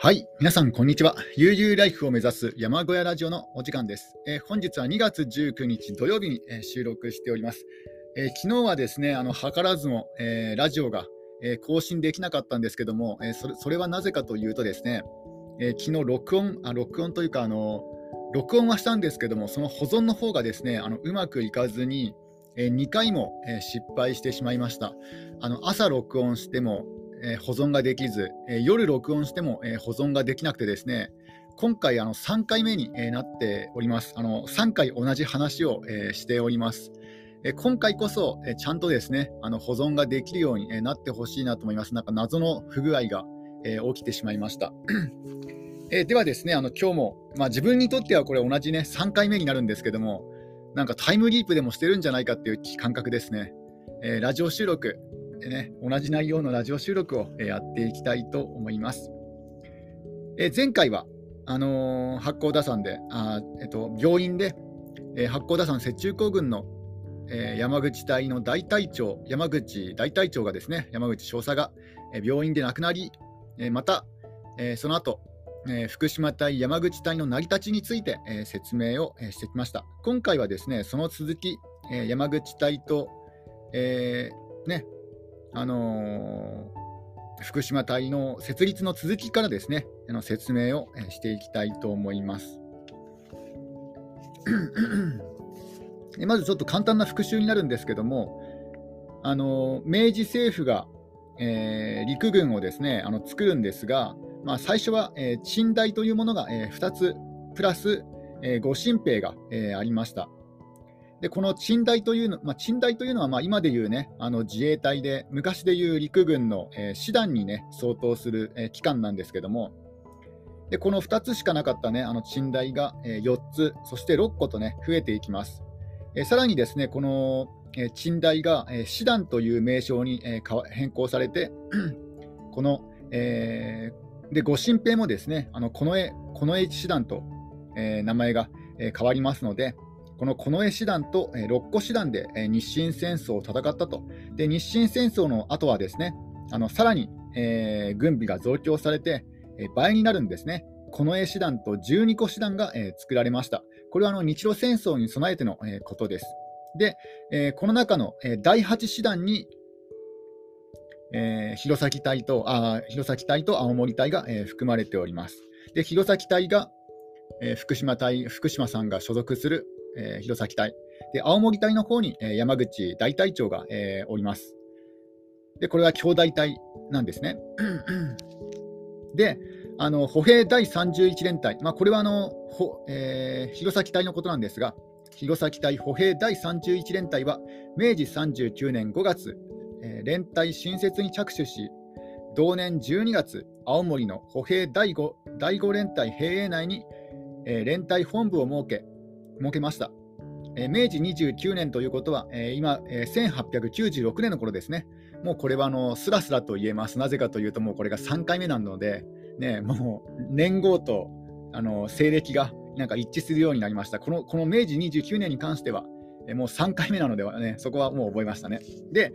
はい、皆さんこんにちは。悠々ライフを目指す山小屋ラジオのお時間です。本日は2月19日土曜日に、収録しております。昨日はですね、図らずも、ラジオが、更新できなかったんですけども、それはなぜかというとですね、昨日録音というか録音はしたんですけども、その保存の方がですね、うまくいかずに、2回も、失敗してしまいました。朝録音しても保存ができず、夜録音しても、保存ができなくてですね、今回3回目に、なっております。3回同じ話を、しております。今回こそ、ちゃんとですね保存ができるように、なってほしいなと思います。なんか謎の不具合が、起きてしまいました。ではですね今日も、自分にとってはこれ同じね3回目になるんですけども、なんかタイムリープでもしてるんじゃないかっていう感覚ですね。ラジオ収録同じ内容のラジオ収録をやっていきたいと思います。前回は八甲田山で病院で、八甲田山雪中行軍の、山口大の山口大隊長がですね、山口少佐が、病院で亡くなり、また、その後、福島隊山口隊の成り立ちについて、説明を、してきました。今回はですねその続き、山口隊と、ね福島隊の設立の続きからですね説明をしていきたいと思います。まずちょっと簡単な復習になるんですけども、明治政府が、陸軍をですね作るんですが、最初は、鎮大というものが、2つプラス、御新兵が、ありました。でこの鎮大というのは、今でいうね自衛隊で昔でいう陸軍の、師団にね相当する、機関なんですけども、でこの2つしかなかったね鎮大が、4つそして6個とね増えていきます。さらにですねこの、鎮大が、師団という名称に、変更されてこの、で御新兵もですね近衛師団と、名前が、変わりますので、この近衛師団と、六個師団で、日清戦争を戦ったと。で日清戦争の後はですねさらに、軍備が増強されて、倍になるんですね。近衛師団と12個師団が、作られました。これは日露戦争に備えての、ことです。で、この中の、第8師団に、弘前隊と青森隊が、含まれております。で弘前隊が、福島さんが所属する、弘前隊で、青森隊の方に、山口大隊長が、おります。でこれは兄弟隊なんですね。で歩兵第31連隊、これは弘前隊のことなんですが、弘前隊歩兵第31連隊は明治39年5月、連隊新設に着手し、同年12月青森の歩兵第5連隊兵営内に、連隊本部を設けました。明治29年ということは、今、1896年の頃ですね。もうこれはスラスラと言えます。なぜかというと、もうこれが3回目なので、もう年号と西暦がなんか一致するようになりました。この明治29年に関しては、もう3回目なのではね、そこはもう覚えましたね。で、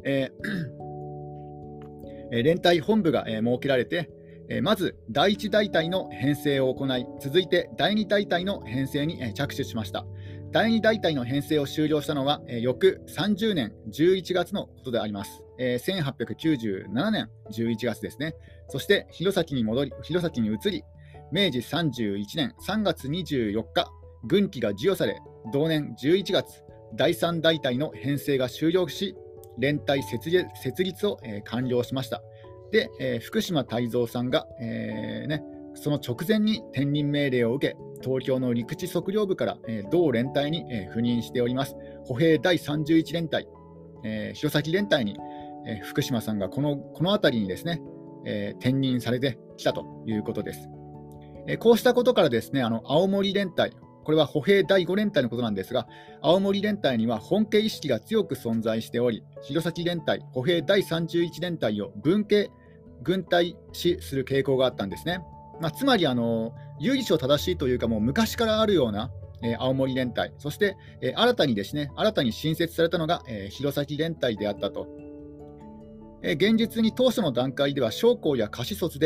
連隊本部が、設けられて、まず第1大隊の編成を行い、続いて第2大隊の編成に、着手しました。第2大隊の編成を終了したのは、翌30年11月のことであります。1897年11月ですね。そして弘前に移り、明治31年3月24日、軍旗が授与され、同年11月、第3大隊の編成が終了し、連隊設立を、完了しました。で、福島泰三さんが、その直前に転任命令を受け、東京の陸地測量部から、同連隊に、赴任しております。歩兵第31連隊、弘前連隊に、福島さんがこの辺りにですね、転任されてきたということです。こうしたことからですね青森連隊、これは歩兵第5連隊のことなんですが、青森連隊には本家意識が強く存在しており、弘前連隊、歩兵第31連隊を軍隊視する傾向があったんですね。つまり由緒正しいというか、もう昔からあるような、青森連隊、そして、新たに新設されたのが、弘前連隊であったと。現実に当初の段階では将校や下士卒で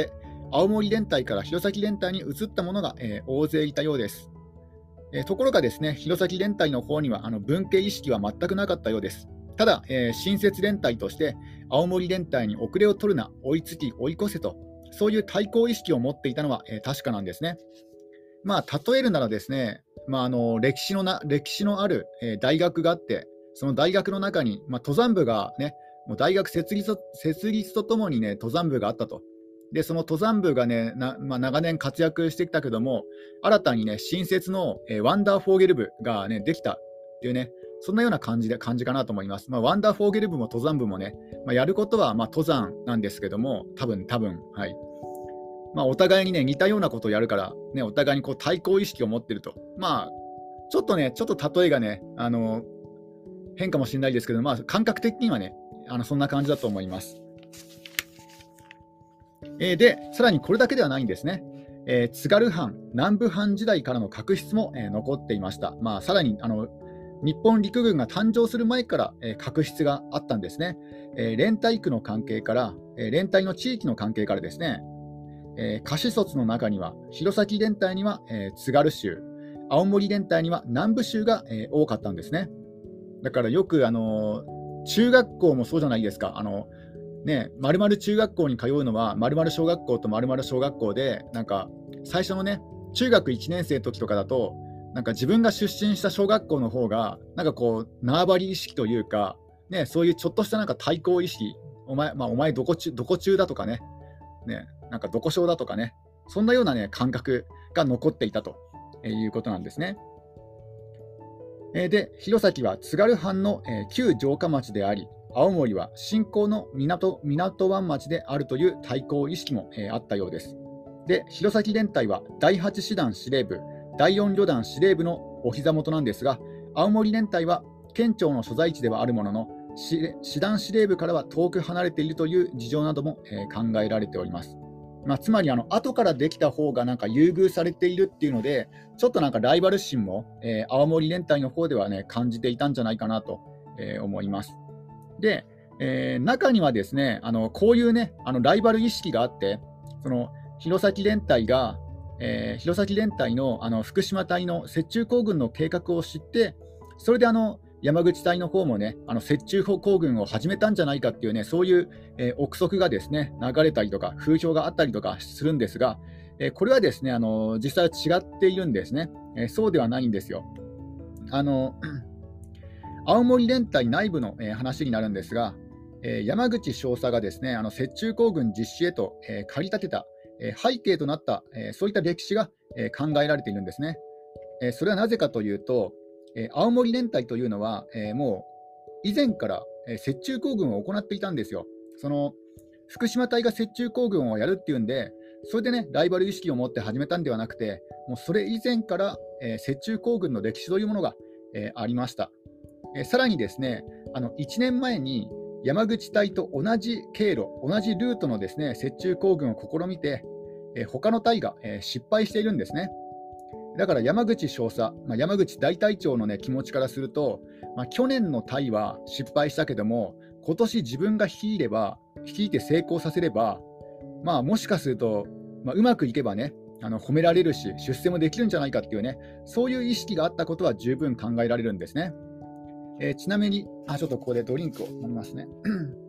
青森連隊から弘前連隊に移った者が、大勢いたようです。ところがですね、弘前連隊の方には分家意識は全くなかったようです。ただ、新設連隊として青森連隊に遅れを取るな、追いつき追い越せと、そういう対抗意識を持っていたのは、確かなんですね。例えるならですね、歴史のある、大学があって、その大学の中に、登山部がね、もう大学設立とともにね、登山部があったと。で、その登山部がね、長年活躍してきたけども、新たにね、新設の、ワンダーフォーゲル部がね、できたっていうね、そんなような感じかなと思います。ワンダーフォーゲル部も登山部もね、やることは登山なんですけども、多分、はい。お互いにね、似たようなことをやるから、ね、お互いにこう対抗意識を持っていると。ちょっと例えがね、変かもしれないですけど、感覚的にはね、そんな感じだと思います。で、さらにこれだけではないんですね。津軽藩、南部藩時代からの確執も、残っていました。さらに日本陸軍が誕生する前から、確執があったんですね。連隊区の関係から、連隊の地域の関係からですね、下士卒の中には、弘前連隊には、津軽州、青森連隊には南部州が、多かったんですね。だからよく、中学校もそうじゃないですか。〇〇中学校に通うのは〇〇小学校と〇〇小学校で、なんか最初のね、中学1年生の時とかだと、なんか自分が出身した小学校の方が、なんかこう、縄張り意識というか、ね、そういうちょっとしたなんか対抗意識、お前どこ中だとかね、なんかどこ小だとかね、そんなようなね、感覚が残っていたということなんですね。で、弘前は津軽藩の旧城下町であり、青森は新興の港湾町であるという対抗意識もあったようです。で、弘前連隊は第8師団司令部、第4旅団司令部のお膝元なんですが、青森連隊は県庁の所在地ではあるものの、師団司令部からは遠く離れているという事情なども考えられております。つまり後からできた方がなんか優遇されているっていうので、ちょっとなんかライバル心も、青森連隊の方ではね、感じていたんじゃないかなと、思います。で、中にはですね、こういうね、ライバル意識があって、その弘前連隊が、弘前連隊の、福島隊の雪中行軍の計画を知って、それで山口隊の方もね、雪中行軍を始めたんじゃないかっていうね、そういう、憶測がですね、流れたりとか、風評があったりとかするんですが、これはですね、実際は違っているんですね。そうではないんですよ。青森連隊内部の、話になるんですが、山口少佐がですね、雪中行軍実施へと、駆り立てた、背景となった、そういった歴史が、考えられているんですね。それはなぜかというと、青森連隊というのは、もう以前から、雪中行軍を行っていたんですよ。その福島隊が雪中行軍をやるっていうんで、それでね、ライバル意識を持って始めたんではなくて、もうそれ以前から、雪中行軍の歴史というものが、ありました。さらにですね、1年前に山口隊と同じ経路、同じルートのですね、雪中行軍を試みて、他の隊が、失敗しているんですね。だから山口少佐、山口大隊長の、ね、気持ちからすると、去年の隊は失敗したけども、今年自分が率いて成功させれば、もしかすると、うまくいけばね、褒められるし、出世もできるんじゃないかっていうね、そういう意識があったことは十分考えられるんですね。ちなみに、ちょっとここでドリンクを飲みますね。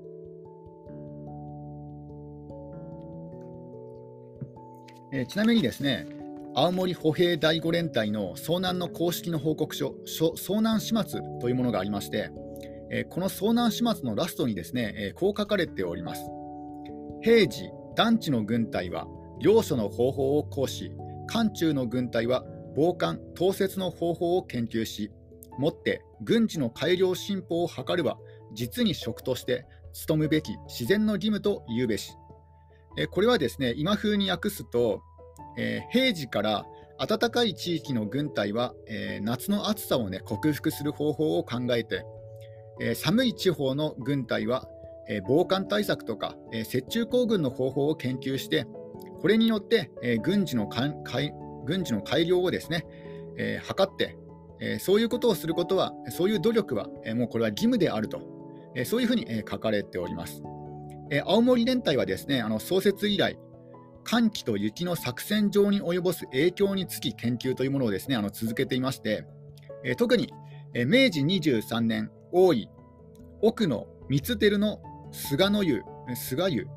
ちなみにですね、青森歩兵第5連隊の遭難の公式の報告書、遭難始末というものがありまして、この遭難始末のラストにですね、こう書かれております。平時、団地の軍隊は領書の方法を講し、漢中の軍隊は防寒、統率の方法を研究し、もって軍事の改良進歩を図るは、実に職として努むべき自然の義務と言うべし。これはですね、今風に訳すと、平時から暖かい地域の軍隊は、夏の暑さを、ね、克服する方法を考えて、寒い地方の軍隊は、防寒対策とか、雪中行軍の方法を研究して、これによって、軍事の改良をですね、図って、そういうことをすることは、そういう努力は、もうこれは義務であると、そういうふうに、書かれております。青森連隊はですね、創設以来、 寒気と雪の作戦上に及ぼす影響につき研究というものをですね、続けていまして、特に、明治23年、大井、奥の三照の菅の湯、菅湯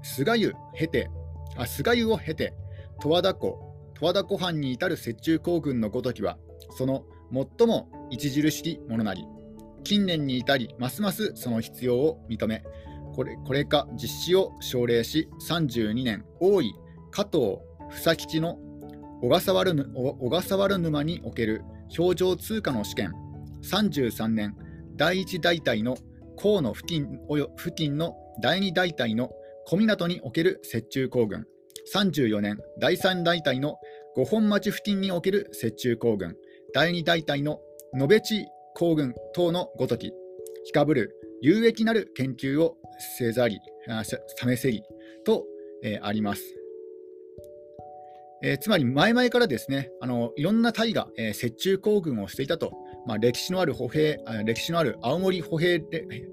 を経て、十和田湖畔に至る雪中行軍のごときは、その最も著しきものなり、近年に至り、ますますその必要を認め、これか実施を奨励し、32年、大井、加藤、房吉の小笠原沼における表情通貨の試験、33年、第一大隊の河野付近の第二大隊の小湊における雪中行軍、34年、第三大隊の五本町付近における雪中行軍、第二大隊の野辺地行軍等のごとき、ひかぶる有益なる研究を試せりと、あります。つまり前々からですね、いろんな隊が、雪中行軍をしていたと、歴史のある青森歩兵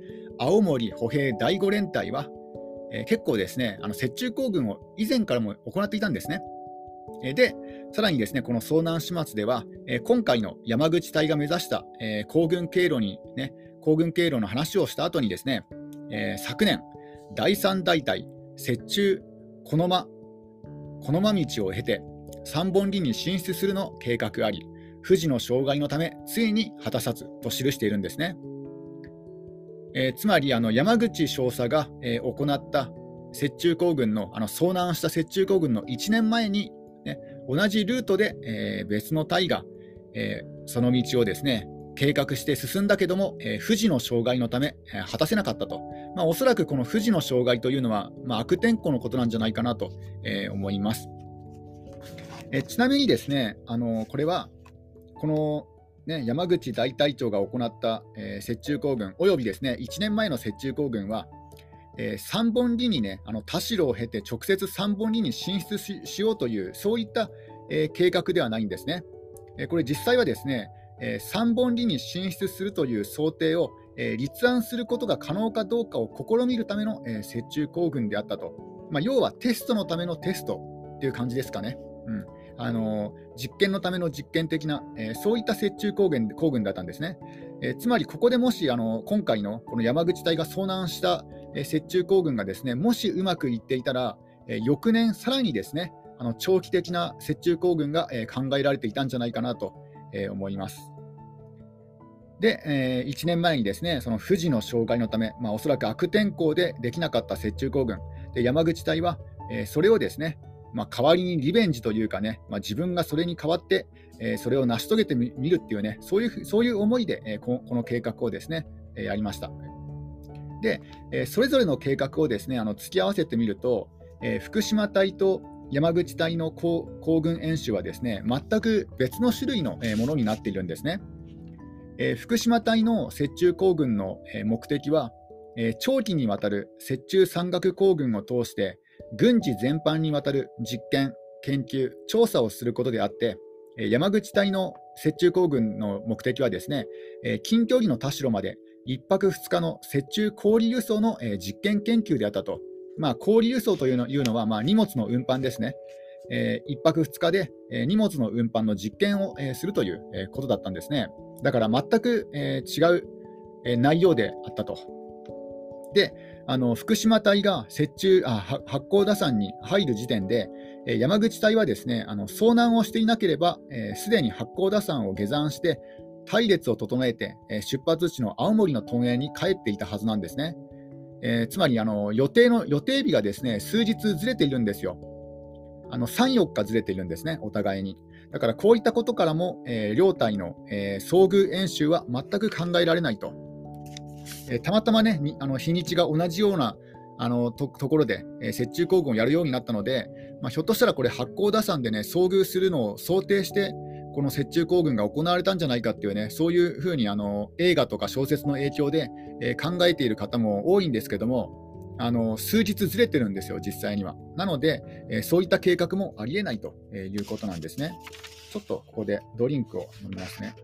第5連隊は、結構ですね、雪中行軍を以前からも行っていたんですね。で、さらにですね、この遭難始末では、今回の山口隊が目指した、行軍経路の話をした後にですね、昨年、第3大隊雪中このま道を経て三本里に進出するの計画あり、不治の障害のためついに果たさずと記しているんですね。つまり山口少佐が、行った雪中行軍の遭難した雪中行軍の1年前に、同じルートで、別の隊が、その道をですね計画して進んだけども、不治の障害のため、果たせなかったと。おそらくこの不治の障害というのは、悪天候のことなんじゃないかなと、思います。ちなみにですね、これはこの、山口大隊長が行った、雪中行軍およびですね1年前の雪中行軍は、三本里にね田代を経て直接三本里に進出 しようというそういった、計画ではないんですね。これ実際はですね、三本里に進出するという想定を、立案することが可能かどうかを試みるための、雪中行軍であったと。要はテストのためのテストという感じですかね。実験のための実験的な、そういった雪中行軍だったんですね。つまりここでもし今回のこの山口隊が遭難した、雪中行軍がですねもしうまくいっていたら、翌年さらにですね長期的な雪中行軍が、考えられていたんじゃないかなと、思います。で、1年前にですねその不治の障害のため、おそらく悪天候でできなかった雪中行軍で山口隊は、それをですね代わりにリベンジというかね、自分がそれに代わって、それを成し遂げてみるっていうね、そういう思いで、この計画をですね、やりました。で、それぞれの計画をですね、突き合わせてみると、福島隊と山口隊の行軍演習はですね、全く別の種類のものになっているんですね。福島隊の雪中行軍の目的は、長期にわたる雪中山岳行軍を通して軍事全般にわたる実験、研究、調査をすることであって、山口隊の雪中行軍の目的はですね、近距離の田代まで1泊2日の雪中氷輸送の実験研究であったと。氷輸送というのは荷物の運搬ですね。1泊2日で荷物の運搬の実験をするということだったんですね。だから全く違う内容であったと。で、福島隊が八甲田山に入る時点で、山口隊はですね遭難をしていなければ、すでに八甲田山を下山して隊列を整えて、出発地の青森の屯営に帰っていたはずなんですね。つまり予定日がですね数日ずれているんですよ。3、4日ずれているんですね、お互いに。だからこういったことからも、両隊の、遭遇演習は全く考えられないと。たまたまね、日にちが同じようなところで、雪中行軍をやるようになったので、ひょっとしたらこれ八甲田山でね遭遇するのを想定してこの雪中行軍が行われたんじゃないかっていうね、そういうふうに映画とか小説の影響で、考えている方も多いんですけども、数日ずれてるんですよ、実際には。なので、そういった計画もありえないということなんですね。ちょっとここでドリンクを飲みますね。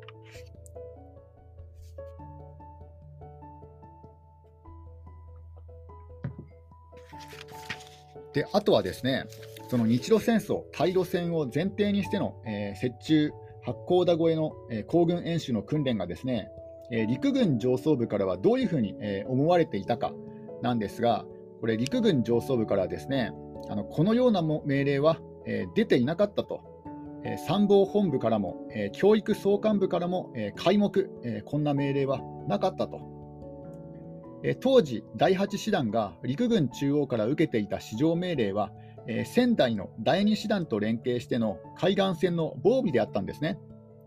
であとはですね、その日露戦争、対露戦を前提にしての、雪中八甲田越えの、行軍演習の訓練がですね、陸軍上層部からはどういうふうに、思われていたかなんですが、これ陸軍上層部からはですね、このような命令は、出ていなかったと、参謀本部からも、教育総監部からも、皆目、こんな命令はなかったと。当時、第8師団が陸軍中央から受けていた至上命令は、仙台の第2師団と連携しての海岸線の防備であったんですね。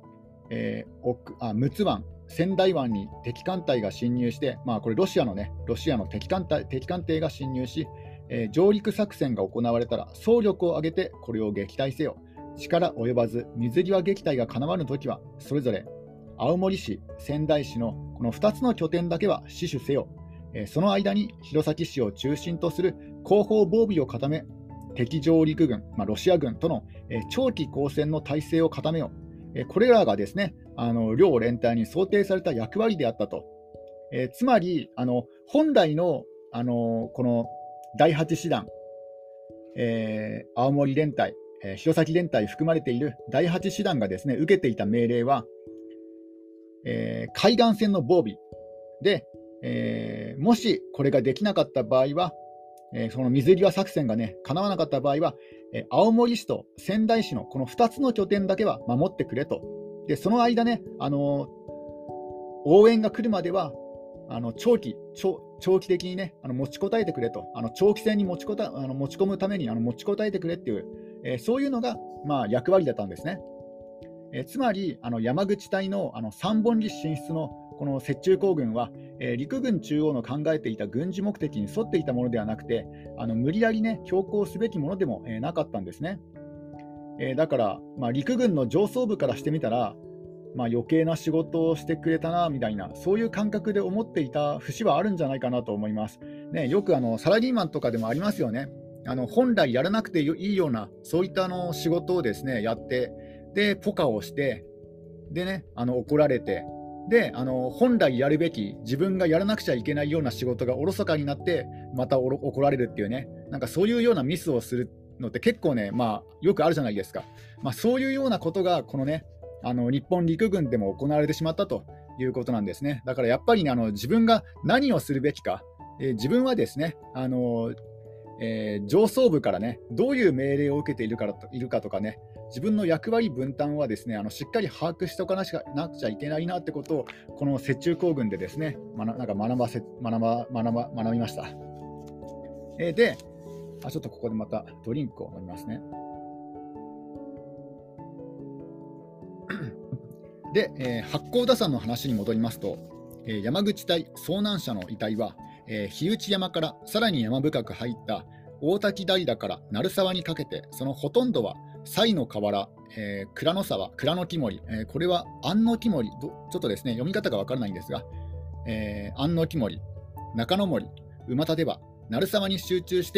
陸奥湾、仙台湾に敵艦隊が侵入して、これロシアの敵艦艇が侵入し、上陸作戦が行われたら総力を挙げてこれを撃退せよ。力及ばず水際撃退がかなわぬときは、それぞれ青森市、仙台市のこの2つの拠点だけは死守せよ。その間に弘前市を中心とする後方防備を固め、敵上陸軍、ロシア軍との長期交戦の体制を固めよう。これらがですね、両連隊に想定された役割であったと。つまり本来の、この第8師団、青森連隊、弘前連隊含まれている第8師団がですね、受けていた命令は、海岸線の防備で、もしこれができなかった場合は、その水際作戦がね、叶わなかった場合は、青森市と仙台市のこの2つの拠点だけは守ってくれと。でその間ね、応援が来るまでは長期的にね、持ちこたえてくれと、長期戦に持ち込むために持ちこたえてくれっていう、そういうのが、役割だったんですね。つまり山口隊の三本木進出のこの雪中行軍は、陸軍中央の考えていた軍事目的に沿っていたものではなくて、無理やりね強行すべきものでも、なかったんですね。だから、陸軍の上層部からしてみたら、余計な仕事をしてくれたなみたいな、そういう感覚で思っていた節はあるんじゃないかなと思います。よくサラリーマンとかでもありますよね。本来やらなくていいようなそういった仕事をですねやって、でポカをして、でね怒られて、で本来やるべき自分がやらなくちゃいけないような仕事がおろそかになってまた怒られるっていうね、なんかそういうようなミスをするのって結構ね、よくあるじゃないですか。そういうようなことがこのね日本陸軍でも行われてしまったということなんですね。だからやっぱりね自分が何をするべきか、自分はですね上層部からねどういう命令を受けているかとかね、自分の役割分担はですねしっかり把握しておかなくちゃいけないなってことを、この雪中行軍でですねなんか学びました。でちょっとここでまたドリンクを飲みますね。で、八甲田山の話に戻りますと、山口隊遭難者の遺体は、火内山からさらに山深く入った大滝平から鳴沢にかけて、そのほとんどは西の河原、倉野沢、倉野木森、これは安野木森、ちょっとですね読み方が分からないんですが、安野木森、中野森、馬立場、鳴沢に集中して、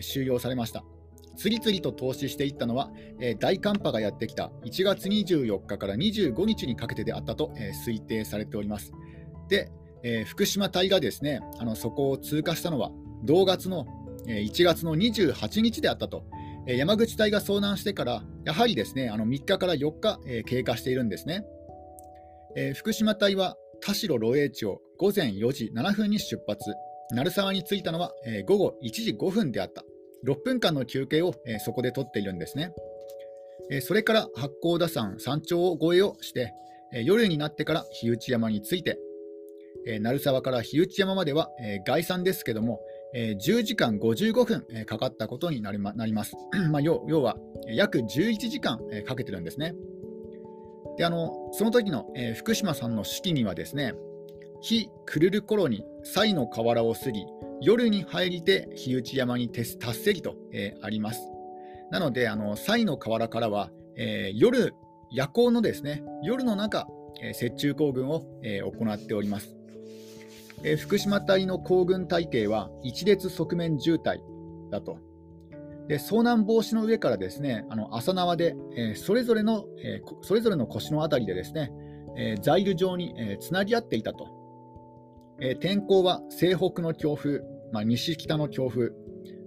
収容されました。次々と投資していったのは、大寒波がやってきた1月24日から25日にかけてであったと、推定されております。で、福島隊がですねそこを通過したのは同月の、1月の28日であったと。山口隊が遭難してからやはりですね3日から4日、経過しているんですね。福島隊は田代露営地を午前4時7分に出発、鳴沢に着いたのは、午後1時5分であった。6分間の休憩を、そこで取っているんですね。それから八甲田山山頂越えをして、夜になってから火内山に着いて、鳴沢から火内山までは、概算ですけども、10時間55分、かかったことになります。要は約11時間、かけてるんですね。でその時の、福島さんの式にはですね、日暮れる頃に西の河原を過ぎ、夜に入りて火内山に達せりと、あります。なので西の河原からは、夜光のですね夜の中、雪中行軍を、行っております。福島隊の行軍隊形は一列側面渋滞だと。で遭難防止の上からですね朝縄で、それぞれの腰のあたりでですね、ザイル状に、つなぎ合っていたと。天候は西北の強風、西北の強風、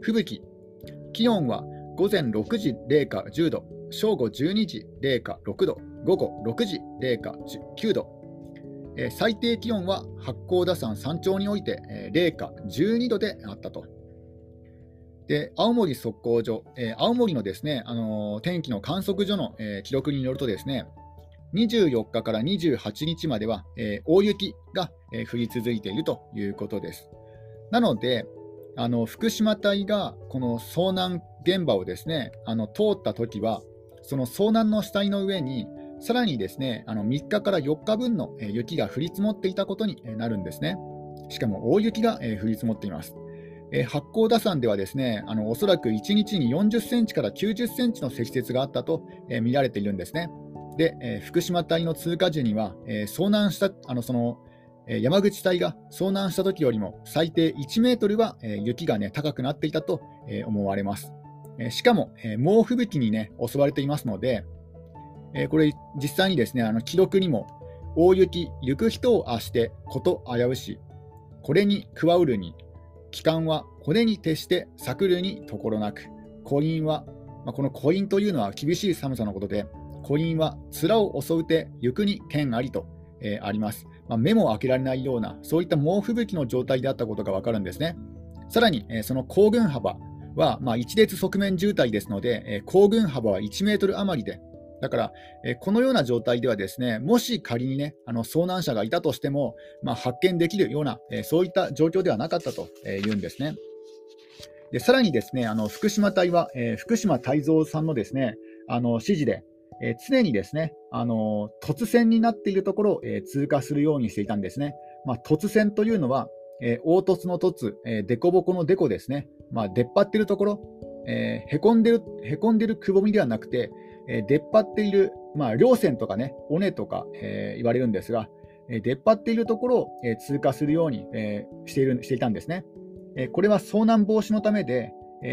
吹雪。気温は午前6時零下10度、正午12時零下6度、午後6時零下9度。最低気温は八甲田山山頂において零下12度であったと。で青森測候所、青森のですね、天気の観測所の記録によるとですね、24日から28日までは大雪が降り続いているということです。なので、福島隊がこの遭難現場をですね、通ったときは、その遭難の死体の上にさらにですね、3日から4日分の雪が降り積もっていたことになるんですね。しかも大雪が降り積もっています。八甲田山ではですね、おそらく1日に40センチから90センチの積雪があったと見られているんですね。で、福島隊の通過時には、遭難した山口隊が遭難した時よりも最低1メートルは雪が、高くなっていたと思われます。しかも猛吹雪に、襲われていますので、これ実際にですね、記録にも大雪、行く人をあしてこと危うし、これに加うるに、帰還はこれに徹して作るにところなく、孤陰は、この孤陰というのは厳しい寒さのことで、孤陰は面を襲うて行くに剣ありと、あります。目も開けられないような、そういった猛吹雪の状態であったことがわかるんですね。さらに、その行軍幅は、一列側面渋滞ですので、行軍幅は1メートル余りで、だから、このような状態ではですね、もし仮に遭難者がいたとしても、発見できるような、そういった状況ではなかったというんですね。でさらにですね、福島隊は、福島泰三さんのですね、指示で、常にですね、突線になっているところを、通過するようにしていたんですね。突線というのは、凹凸の凸、凸凹の凸ですね。出っ張っているところ、へこんでいるくぼみではなくて、出っ張っている、稜線とかね、尾根とか、言われるんですが、出っ張っているところを、通過するように、していたんですね。これは遭難防止のためで、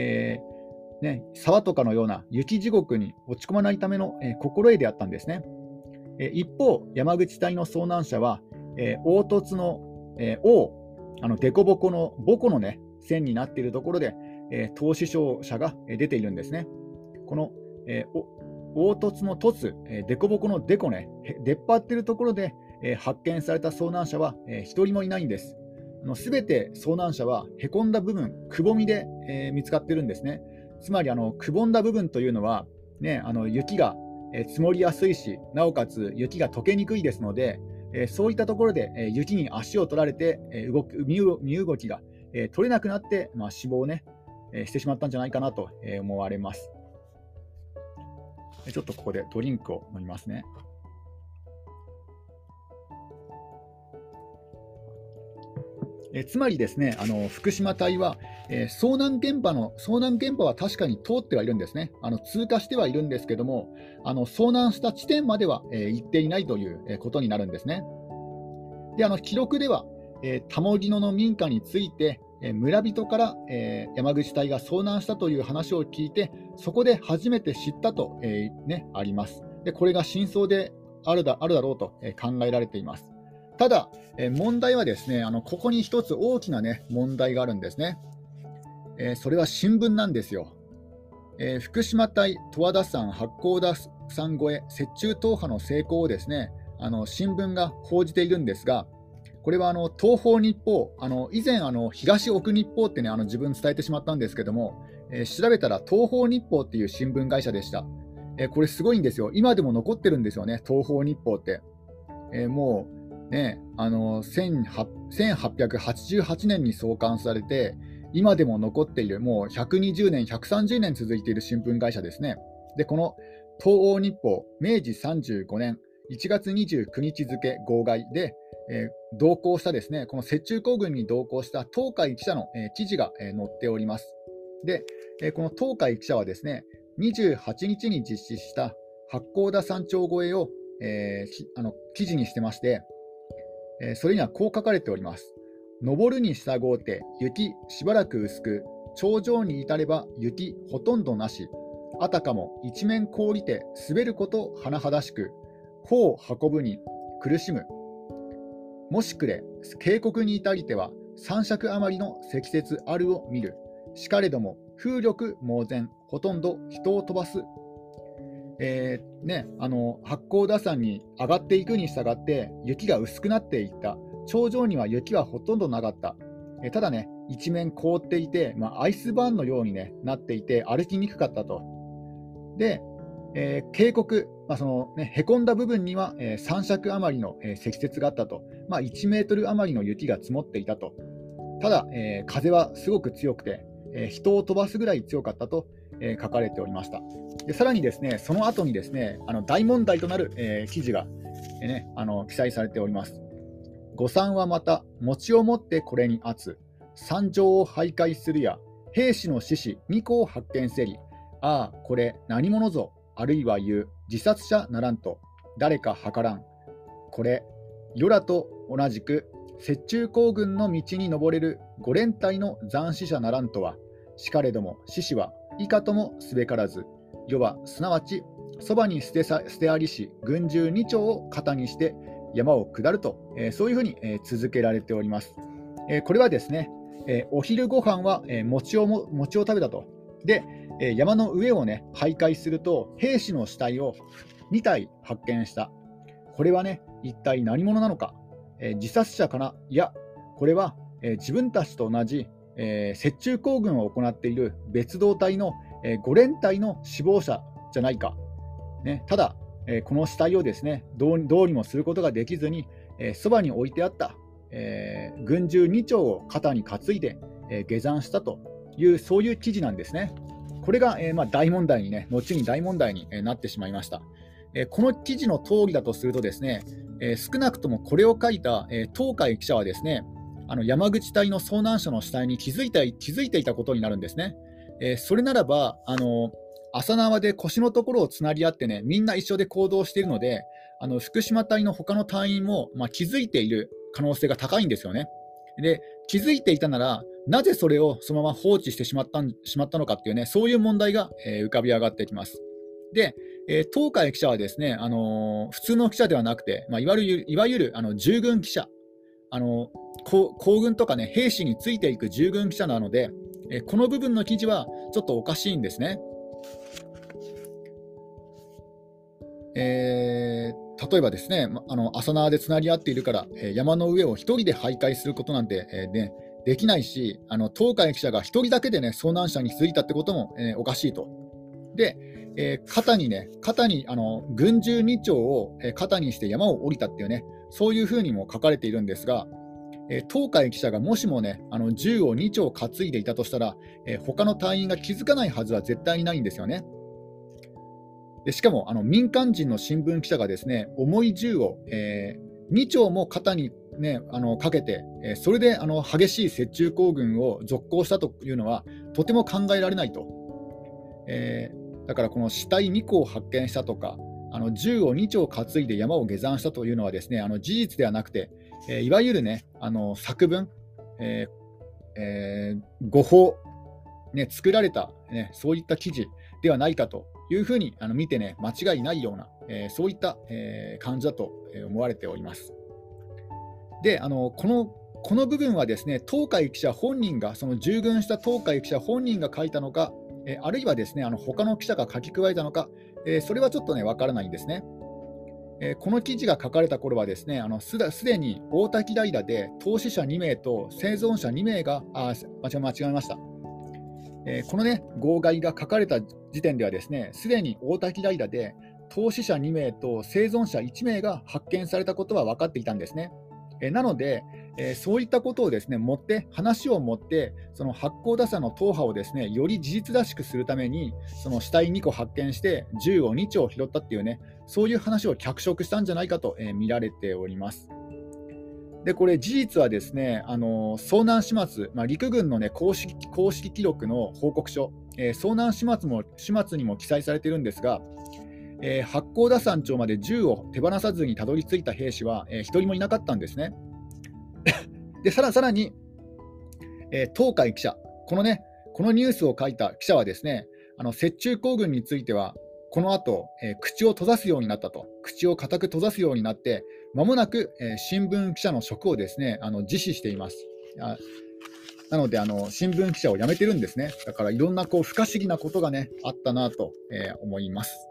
沢とかのような雪地獄に落ち込まないための、心得であったんですね。一方、山口隊の遭難者は、凹凸の、凹、凸凹の母湖の、線になっているところで、凍死傷者が出ているんですね。この、凹凸の凸、凸凹の凸ね、出っ張っているところで、発見された遭難者は一人もいないんです。すべて遭難者はへこんだ部分、くぼみで、見つかっているんですね。つまりくぼんだ部分というのは、雪が積もりやすいし、なおかつ雪が溶けにくいですので、そういったところで雪に足を取られて身動きが取れなくなって、死亡をしてしまったんじゃないかなと思われます。ちょっとここでドリンクを飲みますね。つまりですね、福島隊は、遭難現場は確かに通ってはいるんですね。通過してはいるんですけども、遭難した地点までは、行っていないという、ことになるんですね。で、記録では、田茂野の民家について、村人から、山口隊が遭難したという話を聞いて、そこで初めて知ったと、あります。で、これが真相であるだろうと、考えられています。ただ、問題はですね、ここに一つ大きな、問題があるんですね。それは新聞なんですよ。福島隊十和田山八甲田山越え雪中踏破の成功をですね、新聞が報じているんですが、これは東方日報、以前東奥日報って自分伝えてしまったんですけども、調べたら東方日報っていう新聞会社でした。これすごいんですよ。今でも残ってるんですよね、東方日報って。もう1888年に創刊されて、今でも残っている、もう120年、130年続いている新聞会社ですね。で、この東欧日報、明治35年1月29日付号外で、同行したですね、この雪中行軍に同行した東海記者の、記事が、載っております。で、この東海記者はですね、28日に実施した八甲田山頂越えを、記事にしてまして、それにはこう書かれております。登るに従うて雪しばらく薄く、頂上に至れば雪ほとんどなし、あたかも一面凍りて滑ること甚だしく、歩を運ぶに苦しむ。もしくれ渓谷に至りては3尺余りの積雪あるを見る。 しかれども風力猛然、ほとんど人を飛ばす。八甲田山に上がっていくに従って雪が薄くなっていった。頂上には雪はほとんどなかった。ただね、一面凍っていて、アイスバーンのように、なっていて歩きにくかったと。で、渓谷、へこんだ部分には、3尺余りの、積雪があったと。1メートル余りの雪が積もっていたと。ただ、風はすごく強くて、人を飛ばすぐらい強かったと、書かれておりました。でさらにですね、その後にですね、大問題となる、記事が、記載されております。御参はまた、餅をもってこれに厚、山上を徘徊するや、兵士の志士2個を発見せり、ああ、これ何者ぞ、あるいは言う、自殺者ならんと、誰か計らん。これ、与らと同じく、雪中行軍の道に登れる5連隊の斬死者ならんとは、しかれども志士はいかともすべからず、世はすなわちそばに捨てありし軍銃2丁を肩にして山を下ると、そういうふうに、続けられております。これはですね、お昼ご飯は、餅を食べたと。で、山の上をね徘徊すると兵士の死体を2体発見した。これはね一体何者なのか。自殺者かな、いや、これは、自分たちと同じ、雪中行軍を行っている別動隊の、5連隊の死亡者じゃないか、ただ、この死体をですねどうにもすることができずに、そばに置いてあった、軍銃2丁を肩に担いで、下山したという、そういう記事なんですね。これが、大問題にね、後に大問題になってしまいました。この記事の通りだとするとですね、少なくともこれを書いた、東海記者はですね、山口隊の遭難者の死体に気づいていたことになるんですね。それならば、朝縄で腰のところをつなぎ合ってね、みんな一緒で行動しているので、福島隊の他の隊員も、気づいている可能性が高いんですよね。で、気づいていたなら、なぜそれをそのまま放置してしまったのかっていうね、そういう問題が、浮かび上がってきます。で、東海記者はですね、普通の記者ではなくて、いわゆる従軍記者、行軍とかね、兵士についていく従軍記者なので、この部分の記事はちょっとおかしいんですね。例えばですね、朝縄でつなぎ合っているから、山の上を一人で徘徊することなんて、できないし、東海記者が一人だけでね、遭難者に気づいたってことも、おかしいと。で、肩に軍銃2丁を肩にして山を降りたっていうね、そういうふうにも書かれているんですが、東海記者がもしもね、銃を2丁担いでいたとしたら、他の隊員が気づかないはずは絶対にないんですよね。でしかも民間人の新聞記者がですね、重い銃を、2丁も肩に、かけて、それで激しい雪中行軍を続行したというのはとても考えられないと。だからこの死体2個を発見したとか、銃を2丁担いで山を下山したというのはですね、事実ではなくて、いわゆるね、作文、誤報、作られた、そういった記事ではないかというふうに見てね、間違いないような、そういった、感じだと思われております。で、この部分はですね、東海記者本人が、その従軍した東海記者本人が書いたのか、あるいはですね、他の記者が書き加えたのか、それはちょっとね、わからないんですね。この記事が書かれた頃はですね、すでに大滝平で凍死者2名と生存者2名が、間違えました。このね、号外が書かれた時点ではですね、すでに大滝平で凍死者2名と生存者1名が発見されたことは分かっていたんですね。なので、そういったことをですね話を持って、その八甲田山の踏破をですねより事実らしくするために、その死体2個発見して銃を2丁拾ったっていうね、そういう話を脚色したんじゃないかと、見られております。で、これ事実はですね、遭難始末、陸軍の、公式記録の報告書、遭難始末にも記載されているんですが、八甲田山頂まで銃を手放さずにたどり着いた兵士は、1人もいなかったんですね。でさらに、東海記者、このニュースを書いた記者はですね、雪中行軍についてはこの後、口を閉ざすようになったと。口を固く閉ざすようになって、間もなく、新聞記者の職をですね辞使しています。 なので新聞記者を辞めてるんですね。だからいろんな不可思議なことがねあったなと、思います。